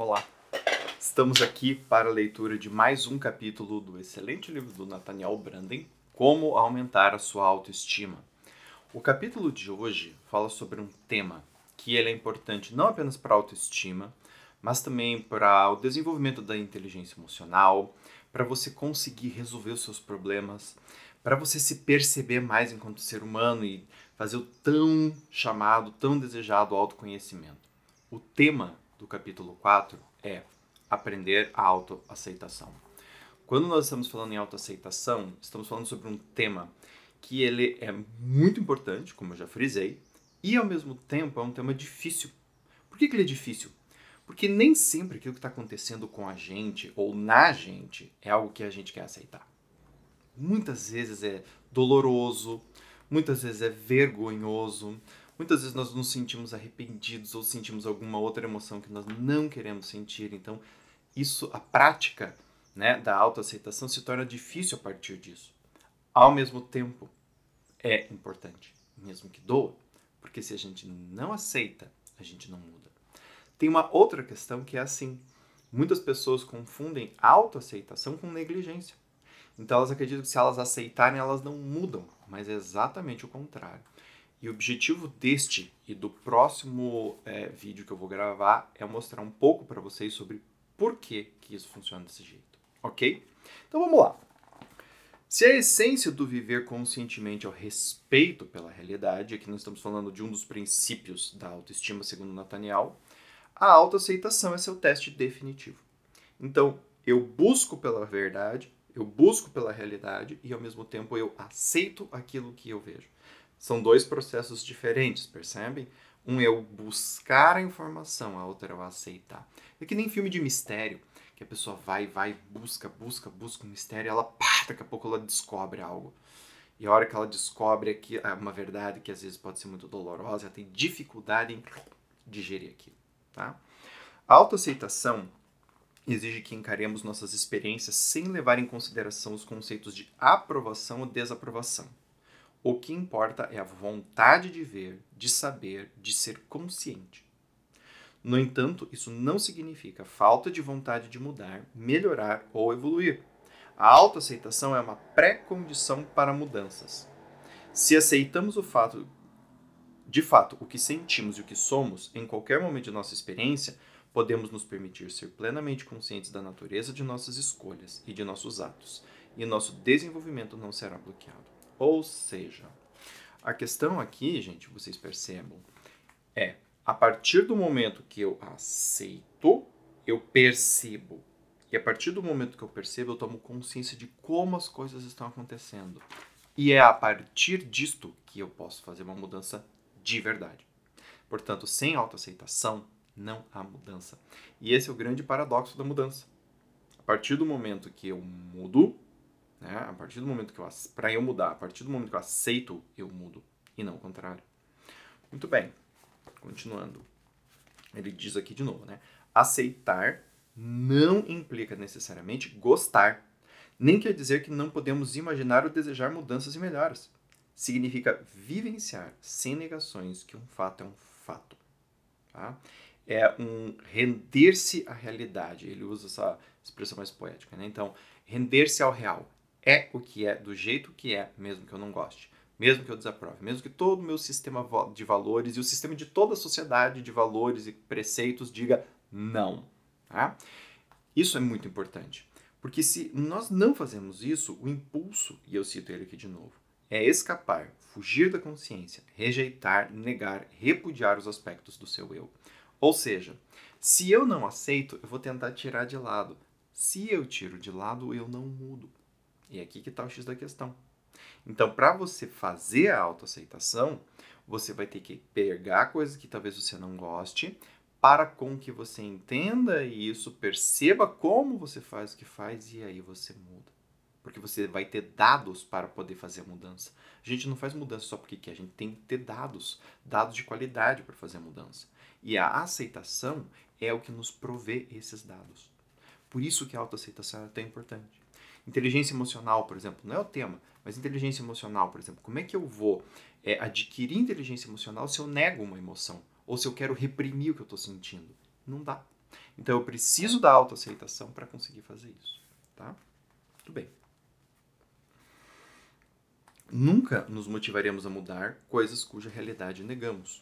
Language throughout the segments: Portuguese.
Olá! Estamos aqui para a leitura de mais um capítulo do excelente livro do Nathaniel Branden, Como Aumentar a Sua Autoestima. O capítulo de hoje fala sobre um tema que ele é importante não apenas para a autoestima, mas também para o desenvolvimento da inteligência emocional, para você conseguir resolver os seus problemas, para você se perceber mais enquanto ser humano e fazer o tão chamado, tão desejado autoconhecimento. O tema do capítulo 4 é aprender a autoaceitação. Quando nós estamos falando em autoaceitação, estamos falando sobre um tema que ele é muito importante, como eu já frisei, e ao mesmo tempo é um tema difícil. Por que ele é difícil? Porque nem sempre aquilo que está acontecendo com a gente ou na gente é algo que a gente quer aceitar. Muitas vezes é doloroso, muitas vezes é vergonhoso, muitas vezes nós nos sentimos arrependidos ou sentimos alguma outra emoção que nós não queremos sentir. Então, a prática, da autoaceitação se torna difícil a partir disso. Ao mesmo tempo, é importante, mesmo que doa, porque se a gente não aceita, a gente não muda. Tem uma outra questão que é assim, muitas pessoas confundem autoaceitação com negligência. Então elas acreditam que se elas aceitarem, elas não mudam, mas é exatamente o contrário. E o objetivo deste e do próximo vídeo que eu vou gravar é mostrar um pouco para vocês sobre por que isso funciona desse jeito, ok? Então vamos lá. Se a essência do viver conscientemente é o respeito pela realidade, aqui nós estamos falando de um dos princípios da autoestima, segundo Nathaniel, a autoaceitação é seu teste definitivo. Então, eu busco pela verdade, eu busco pela realidade e, ao mesmo tempo, eu aceito aquilo que eu vejo. São dois processos diferentes, percebem? Um é eu buscar a informação, a outra é eu aceitar. É que nem filme de mistério, que a pessoa vai, busca um mistério e ela, daqui a pouco ela descobre algo. E a hora que ela descobre uma verdade que às vezes pode ser muito dolorosa, ela tem dificuldade em digerir aquilo. Tá? A autoaceitação exige que encaremos nossas experiências sem levar em consideração os conceitos de aprovação ou desaprovação. O que importa é a vontade de ver, de saber, de ser consciente. No entanto, isso não significa falta de vontade de mudar, melhorar ou evoluir. A autoaceitação é uma pré-condição para mudanças. Se aceitamos de fato, o que sentimos e o que somos, em qualquer momento de nossa experiência, podemos nos permitir ser plenamente conscientes da natureza de nossas escolhas e de nossos atos, e nosso desenvolvimento não será bloqueado. Ou seja, a questão aqui, gente, vocês percebam, a partir do momento que eu aceito, eu percebo. E a partir do momento que eu percebo, eu tomo consciência de como as coisas estão acontecendo. E é a partir disto que eu posso fazer uma mudança de verdade. Portanto, sem autoaceitação, não há mudança. E esse é o grande paradoxo da mudança. A partir do momento que eu mudo, a partir do momento que para eu mudar, a partir do momento que eu aceito, eu mudo. E não o contrário. Muito bem. Continuando. Ele diz aqui de novo, aceitar não implica necessariamente gostar. Nem quer dizer que não podemos imaginar ou desejar mudanças e melhoras. Significa vivenciar sem negações que um fato é um fato. Tá? É um render-se à realidade. Ele usa essa expressão mais poética. Então, render-se ao real. É o que é, do jeito que é, mesmo que eu não goste. Mesmo que eu desaprove. Mesmo que todo o meu sistema de valores e o sistema de toda a sociedade de valores e preceitos diga não. Tá? Isso é muito importante. Porque se nós não fazemos isso, o impulso, e eu cito ele aqui de novo, é escapar, fugir da consciência, rejeitar, negar, repudiar os aspectos do seu eu. Ou seja, se eu não aceito, eu vou tentar tirar de lado. Se eu tiro de lado, eu não mudo. E é aqui que está o X da questão. Então, para você fazer a autoaceitação, você vai ter que pegar coisas que talvez você não goste, para com que você entenda isso, perceba como você faz o que faz e aí você muda. Porque você vai ter dados para poder fazer a mudança. A gente não faz mudança só porque quer, a gente tem que ter dados de qualidade para fazer a mudança. E a aceitação é o que nos provê esses dados. Por isso que a autoaceitação é tão importante. Inteligência emocional, por exemplo, não é o tema, mas inteligência emocional, por exemplo, como é que eu vou adquirir inteligência emocional se eu nego uma emoção? Ou se eu quero reprimir o que eu estou sentindo? Não dá. Então eu preciso da autoaceitação para conseguir fazer isso, tá? Tudo bem. Nunca nos motivaremos a mudar coisas cuja realidade negamos.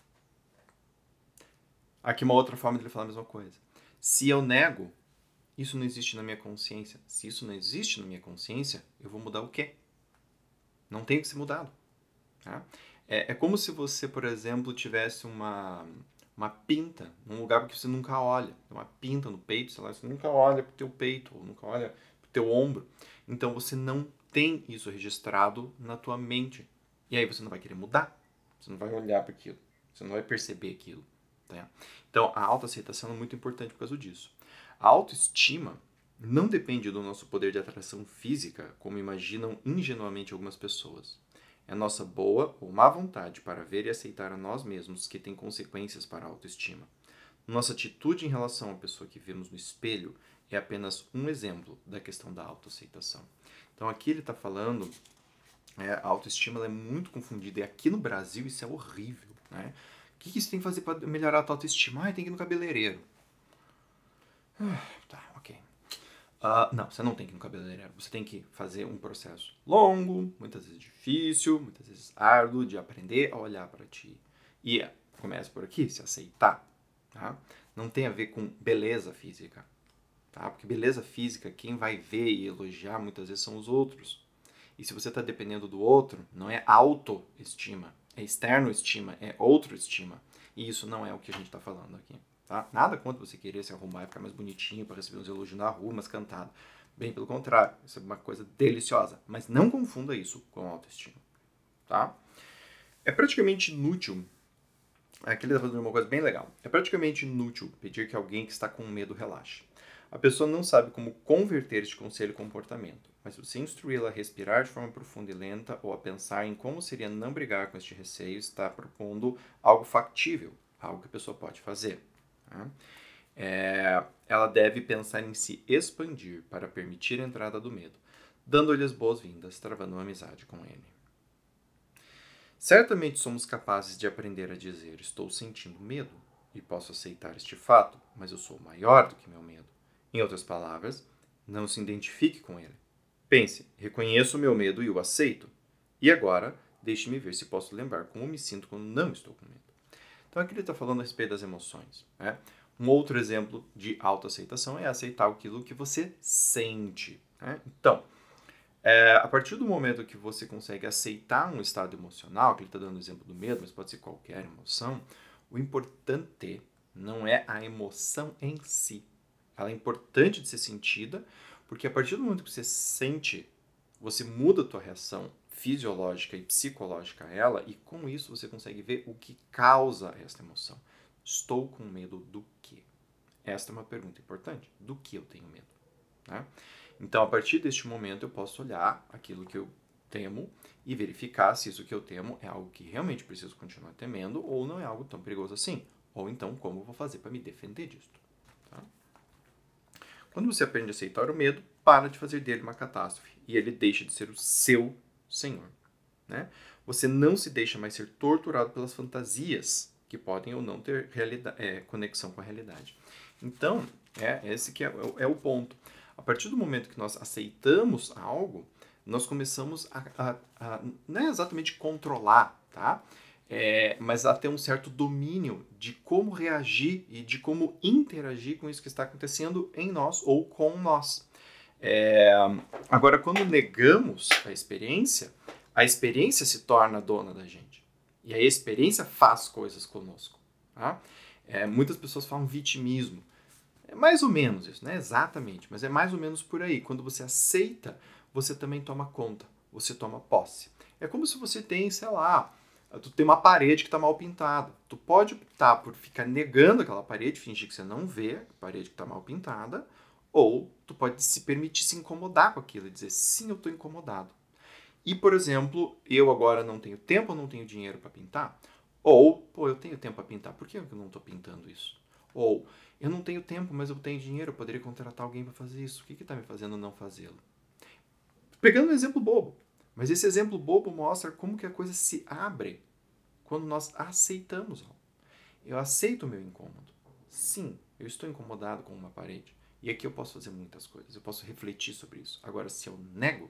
Aqui uma outra forma de ele falar a mesma coisa. Se eu nego, isso não existe na minha consciência. Se isso não existe na minha consciência, eu vou mudar o quê? Não tem que ser mudado. Tá? É como se você, por exemplo, tivesse uma pinta num lugar que você nunca olha. Uma pinta no peito, sei lá, você nunca olha pro teu peito, ou nunca olha pro teu ombro. Então você não tem isso registrado na tua mente. E aí você não vai querer mudar. Você não vai olhar para aquilo. Você não vai perceber aquilo. Tá? Então a autoaceitação é muito importante por causa disso. A autoestima não depende do nosso poder de atração física, como imaginam ingenuamente algumas pessoas. É nossa boa ou má vontade para ver e aceitar a nós mesmos que tem consequências para a autoestima. Nossa atitude em relação à pessoa que vemos no espelho é apenas um exemplo da questão da autoaceitação. Então aqui ele está falando, a autoestima ela é muito confundida, e aqui no Brasil isso é horrível. Né? O que você tem que fazer para melhorar a tua autoestima? Tem que ir no cabeleireiro. Tá, ok. Não, você não tem que ir no cabeleireiro. Você tem que fazer um processo longo, muitas vezes difícil, muitas vezes árduo, de aprender a olhar para ti. E começa por aqui, se aceitar. Tá? Não tem a ver com beleza física. Tá? Porque beleza física, quem vai ver e elogiar muitas vezes são os outros. E se você está dependendo do outro, não é autoestima, é externo-estima, é outro-estima. E isso não é o que a gente está falando aqui. Tá? Nada contra você querer se arrumar e ficar mais bonitinho para receber uns elogios na rua, mas cantado. Bem pelo contrário, isso é uma coisa deliciosa. Mas não confunda isso com autoestima. Tá? É praticamente inútil. Aqui ele está fazendo uma coisa bem legal. É praticamente inútil pedir que alguém que está com medo relaxe. A pessoa não sabe como converter este conselho em comportamento, mas se você instruí-la a respirar de forma profunda e lenta ou a pensar em como seria não brigar com este receio, está propondo algo factível, algo que a pessoa pode fazer. Tá? Ela deve pensar em se expandir para permitir a entrada do medo, dando-lhe as boas-vindas, travando uma amizade com ele. Certamente somos capazes de aprender a dizer: estou sentindo medo e posso aceitar este fato, mas eu sou maior do que meu medo. Em outras palavras, não se identifique com ele. Pense: reconheço o meu medo e o aceito. E agora, deixe-me ver se posso lembrar como me sinto quando não estou com medo. Então aqui ele está falando a respeito das emoções. Né? Um outro exemplo de autoaceitação é aceitar aquilo que você sente. Né? Então, a partir do momento que você consegue aceitar um estado emocional, que ele está dando o exemplo do medo, mas pode ser qualquer emoção, o importante não é a emoção em si. Ela é importante de ser sentida, porque a partir do momento que você sente, você muda a tua reação fisiológica e psicológica a ela, e com isso você consegue ver o que causa esta emoção. Estou com medo do quê? Esta é uma pergunta importante. Do que eu tenho medo? Né? Então, a partir deste momento, eu posso olhar aquilo que eu temo e verificar se isso que eu temo é algo que realmente preciso continuar temendo ou não é algo tão perigoso assim. Ou então, como eu vou fazer para me defender disso. Tá? Quando você aprende a aceitar o medo, para de fazer dele uma catástrofe e ele deixa de ser o seu senhor. Né? Você não se deixa mais ser torturado pelas fantasias que podem ou não ter conexão com a realidade. Então, esse que é o ponto. A partir do momento que nós aceitamos algo, nós começamos a não é exatamente controlar, tá? Mas a ter um certo domínio de como reagir e de como interagir com isso que está acontecendo em nós ou com nós. Agora, quando negamos a experiência se torna dona da gente. E a experiência faz coisas conosco. Tá? Muitas pessoas falam vitimismo. É mais ou menos isso, não é exatamente, mas é mais ou menos por aí. Quando você aceita, você também toma conta, você toma posse. É como se você tem, sei lá, tu tem uma parede que está mal pintada. Tu pode optar por ficar negando aquela parede, fingir que você não vê a parede que está mal pintada, ou tu pode se permitir se incomodar com aquilo e dizer, sim, eu estou incomodado. E, por exemplo, eu agora não tenho tempo ou não tenho dinheiro para pintar? Ou, pô, eu tenho tempo para pintar, por que eu não estou pintando isso? Ou, eu não tenho tempo, mas eu tenho dinheiro, eu poderia contratar alguém para fazer isso. O que está me fazendo não fazê-lo? Pegando um exemplo bobo. Mas esse exemplo bobo mostra como que a coisa se abre quando nós aceitamos algo. Eu aceito o meu incômodo. Sim, eu estou incomodado com uma parede. E aqui eu posso fazer muitas coisas, eu posso refletir sobre isso. Agora, se eu nego,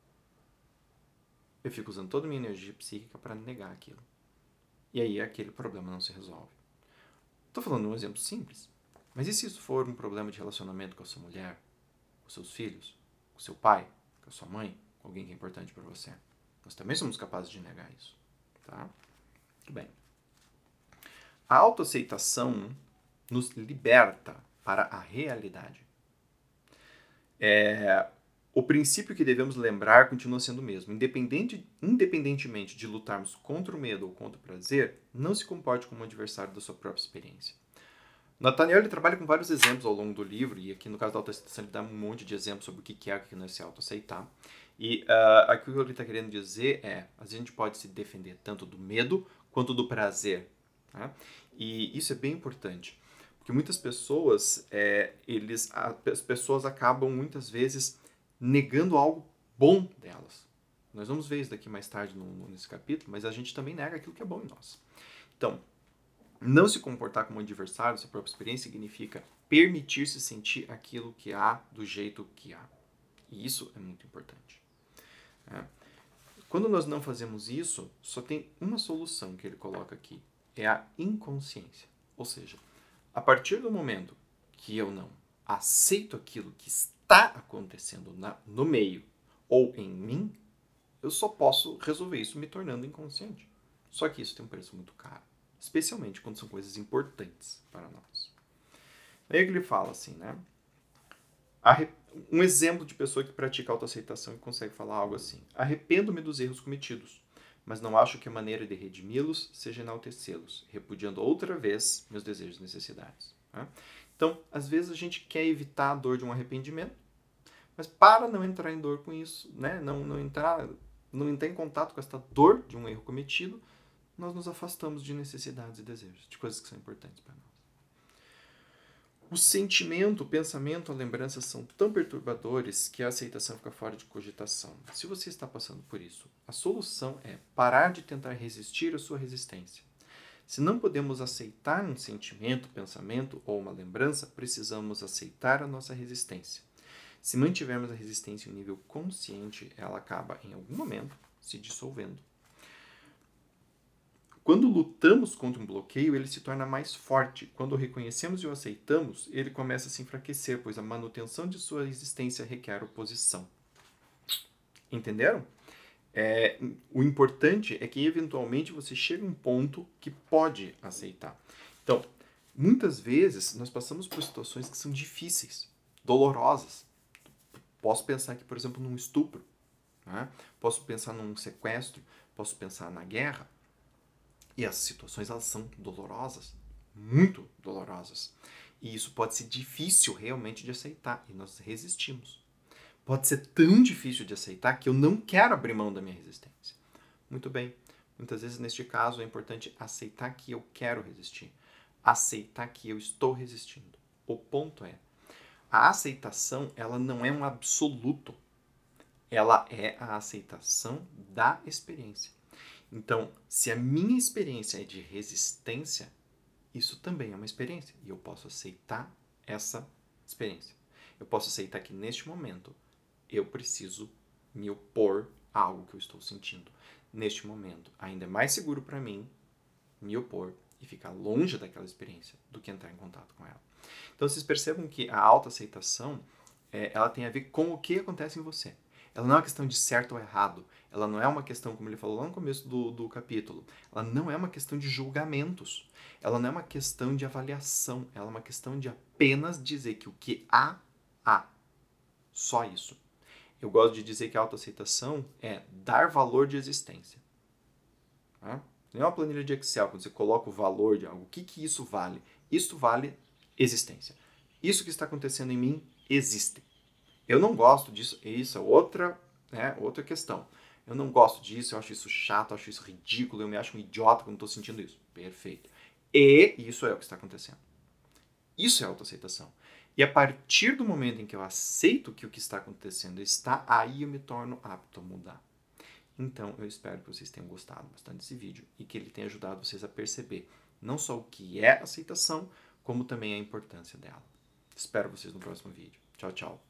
eu fico usando toda a minha energia psíquica para negar aquilo. E aí aquele problema não se resolve. Estou falando de um exemplo simples, mas e se isso for um problema de relacionamento com a sua mulher, com seus filhos, com seu pai, com a sua mãe, com alguém que é importante para você? Nós também somos capazes de negar isso. Tá? Muito bem. A autoaceitação nos liberta para a realidade. O princípio que devemos lembrar continua sendo o mesmo. Independentemente de lutarmos contra o medo ou contra o prazer, não se comporte como um adversário da sua própria experiência. Nathaniel ele trabalha com vários exemplos ao longo do livro, e aqui no caso da autoaceitação ele dá um monte de exemplos sobre o que é o que não é se autoaceitar. E aqui o que ele está querendo dizer é, a gente pode se defender tanto do medo quanto do prazer. Tá? E isso é bem importante, porque muitas pessoas, as pessoas acabam muitas vezes negando algo bom delas. Nós vamos ver isso daqui mais tarde nesse capítulo, mas a gente também nega aquilo que é bom em nós. Então, não se comportar como um adversário da sua própria experiência significa permitir-se sentir aquilo que há do jeito que há. E isso é muito importante. Quando nós não fazemos isso, só tem uma solução que ele coloca aqui. É a inconsciência. Ou seja, a partir do momento que eu não aceito aquilo que está acontecendo no meio ou em mim, eu só posso resolver isso me tornando inconsciente. Só que isso tem um preço muito caro. Especialmente quando são coisas importantes para nós. Aí ele fala assim, né? Um exemplo de pessoa que pratica autoaceitação e consegue falar algo assim. Arrependo-me dos erros cometidos, mas não acho que a maneira de redimi-los seja enaltecê-los, repudiando outra vez meus desejos e necessidades. Né? Então, às vezes a gente quer evitar a dor de um arrependimento, mas para não entrar em dor com isso, né? não entrar em contato com essa dor de um erro cometido, nós nos afastamos de necessidades e desejos, de coisas que são importantes para nós. O sentimento, o pensamento, a lembrança são tão perturbadores que a aceitação fica fora de cogitação. Se você está passando por isso, a solução é parar de tentar resistir à sua resistência. Se não podemos aceitar um sentimento, pensamento ou uma lembrança, precisamos aceitar a nossa resistência. Se mantivermos a resistência em um nível consciente, ela acaba, em algum momento, se dissolvendo. Quando lutamos contra um bloqueio, ele se torna mais forte. Quando o reconhecemos e o aceitamos, ele começa a se enfraquecer, pois a manutenção de sua existência requer oposição. Entenderam? O importante é que, eventualmente, você chega a um ponto que pode aceitar. Então, muitas vezes, nós passamos por situações que são difíceis, dolorosas. Posso pensar aqui, por exemplo, num estupro. Né? Posso pensar num sequestro. Posso pensar na guerra. E essas situações, elas são dolorosas, muito dolorosas. E isso pode ser difícil realmente de aceitar, e nós resistimos. Pode ser tão difícil de aceitar que eu não quero abrir mão da minha resistência. Muito bem, muitas vezes neste caso é importante aceitar que eu quero resistir, aceitar que eu estou resistindo. O ponto é, a aceitação, ela não é um absoluto, ela é a aceitação da experiência. Então, se a minha experiência é de resistência, isso também é uma experiência. E eu posso aceitar essa experiência. Eu posso aceitar que neste momento eu preciso me opor a algo que eu estou sentindo. Neste momento, ainda é mais seguro para mim me opor e ficar longe daquela experiência do que entrar em contato com ela. Então, vocês percebam que a autoaceitação, ela tem a ver com o que acontece em você. Ela não é uma questão de certo ou errado. Ela não é uma questão, como ele falou lá no começo do capítulo, ela não é uma questão de julgamentos. Ela não é uma questão de avaliação. Ela é uma questão de apenas dizer que o que há. Só isso. Eu gosto de dizer que a autoaceitação é dar valor de existência. Tá? Não é uma planilha de Excel, quando você coloca o valor de algo. O que isso vale? Isso vale existência. Isso que está acontecendo em mim existe. Eu não gosto disso. Isso é outra questão. Eu não gosto disso, eu acho isso chato, eu acho isso ridículo, eu me acho um idiota quando estou sentindo isso. Perfeito. E isso é o que está acontecendo. Isso é autoaceitação. E a partir do momento em que eu aceito que o que está acontecendo está, aí eu me torno apto a mudar. Então, eu espero que vocês tenham gostado bastante desse vídeo e que ele tenha ajudado vocês a perceber não só o que é aceitação, como também a importância dela. Espero vocês no próximo vídeo. Tchau, tchau.